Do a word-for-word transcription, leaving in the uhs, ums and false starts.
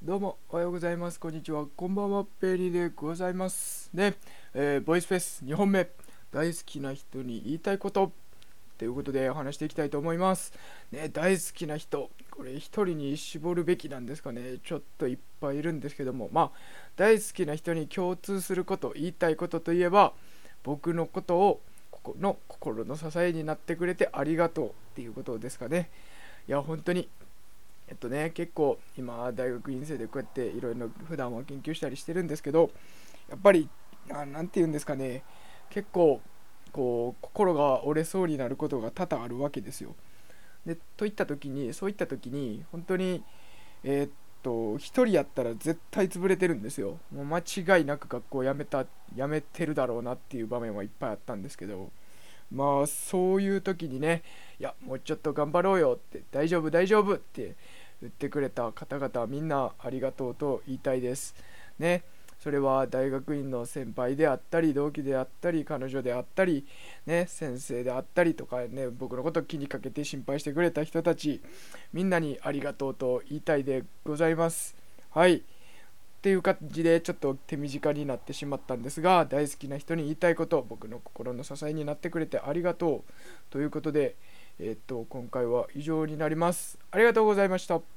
どうもおはようございます。こんにちは。こんばんは。ペリーでございますね。えーボイスフェスにほんめ、大好きな人に言いたいことということで話していきたいと思いますね。大好きな人、これ一人に絞るべきなんですかね。ちょっといっぱいいるんですけども、まあ大好きな人に共通すること、言いたいことといえば、僕のことをここの心の支えになってくれてありがとうっていうことですかね。いや本当にえっとね、結構今大学院生でこうやっていろいろ普段は研究したりしてるんですけど、やっぱりあなんて言うんですかね、結構こう心が折れそうになることが多々あるわけですよ。でといった時にそういった時に本当にえーっと一人やったら絶対潰れてるんですよ。もう間違いなく学校辞めた辞めてるだろうなっていう場面はいっぱいあったんですけど、まあそういう時にね、いやもうちょっと頑張ろうよって、大丈夫大丈夫って言ってくれた方々みんなありがとうと言いたいですね。それは大学院の先輩であったり同期であったり彼女であったりね、先生であったりとかね、僕のこと気にかけて心配してくれた人たちみんなにありがとうと言いたいでございます。はい、っていう感じでちょっと手短になってしまったんですが、大好きな人に言いたいこと、僕の心の支えになってくれてありがとうということで、えーっと今回は以上になります。ありがとうございました。